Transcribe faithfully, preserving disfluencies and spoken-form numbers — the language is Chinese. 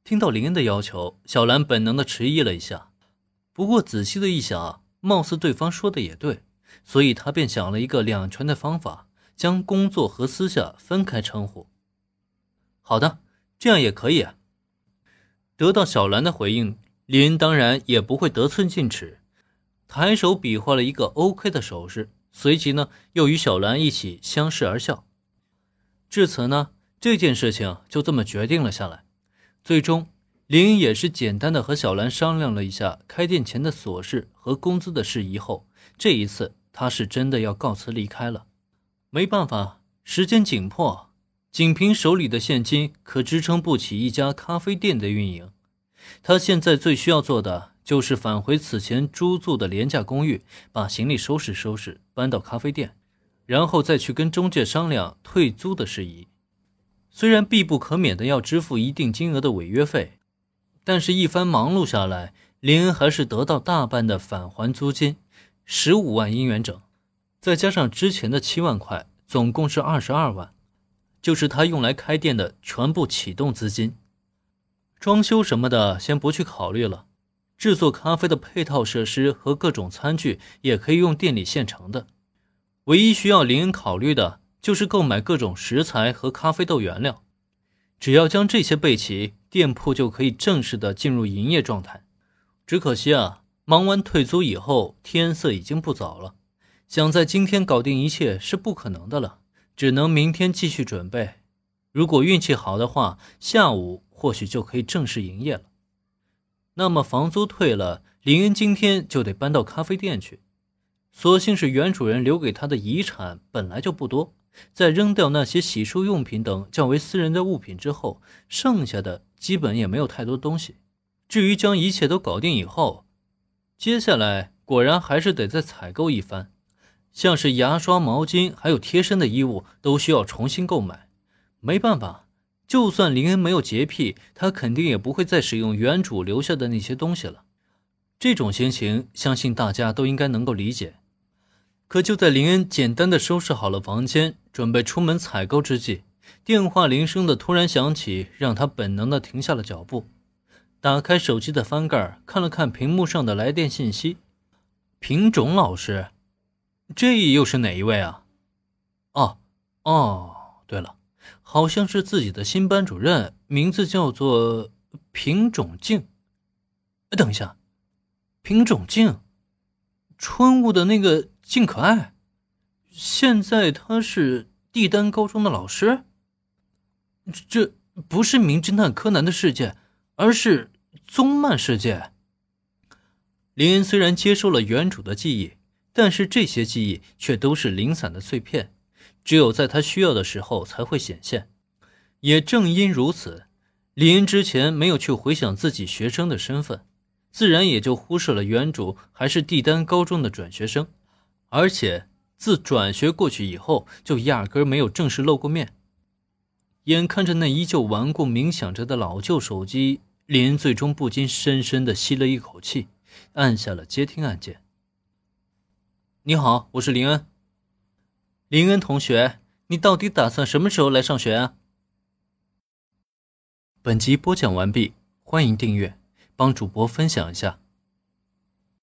听到林恩的要求，小兰本能地迟疑了一下，不过仔细的一想，貌似对方说的也对，所以他便想了一个两全的方法，将工作和私下分开称呼。好的，这样也可以啊。得到小兰的回应，林恩当然也不会得寸进尺，抬手比划了一个 OK 的手势，随即呢又与小兰一起相视而笑。至此呢，这件事情就这么决定了下来。最终林恩也是简单的和小兰商量了一下开店前的琐事和工资的事宜后，这一次他是真的要告辞离开了。没办法，时间紧迫，仅凭手里的现金可支撑不起一家咖啡店的运营。他现在最需要做的就是返回此前租住的廉价公寓，把行李收拾收拾搬到咖啡店，然后再去跟中介商量退租的事宜。虽然必不可免的要支付一定金额的违约费，但是一番忙碌下来，林恩还是得到大半的返还租金，十五万英元整，再加上之前的七万块，总共是二十二万，就是他用来开店的全部启动资金。装修什么的先不去考虑了，制作咖啡的配套设施和各种餐具也可以用店里现成的，唯一需要林恩考虑的就是购买各种食材和咖啡豆原料。只要将这些备齐，店铺就可以正式的进入营业状态。只可惜啊，忙完退租以后，天色已经不早了，想在今天搞定一切是不可能的了，只能明天继续准备。如果运气好的话，下午或许就可以正式营业了。那么房租退了，林恩今天就得搬到咖啡店去。所幸是原主人留给他的遗产本来就不多，在扔掉那些洗漱用品等较为私人的物品之后，剩下的基本也没有太多东西。至于将一切都搞定以后，接下来果然还是得再采购一番，像是牙刷、毛巾还有贴身的衣物都需要重新购买。没办法，就算林恩没有洁癖，他肯定也不会再使用原主留下的那些东西了。这种心情相信大家都应该能够理解。可就在林恩简单的收拾好了房间，准备出门采购之际，电话铃声的突然响起，让他本能的停下了脚步。打开手机的翻盖，看了看屏幕上的来电信息。品种老师，这又是哪一位啊？哦哦，对了，好像是自己的新班主任，名字叫做品种静。等一下，品种静，春雾的那个静可爱，现在他是帝丹高中的老师？这不是名侦探柯南的世界，而是宗漫世界。林恩虽然接受了原主的记忆，但是这些记忆却都是零散的碎片，只有在他需要的时候才会显现。也正因如此，林恩之前没有去回想自己学生的身份，自然也就忽视了原主还是帝丹高中的转学生，而且自转学过去以后就压根没有正式露过面。眼看着那依旧顽固冥想着的老旧手机，林恩最终不禁深深地吸了一口气，按下了接听按键。你好，我是林恩。林恩同学，你到底打算什么时候来上学啊？本集播讲完毕，欢迎订阅，帮主播分享一下。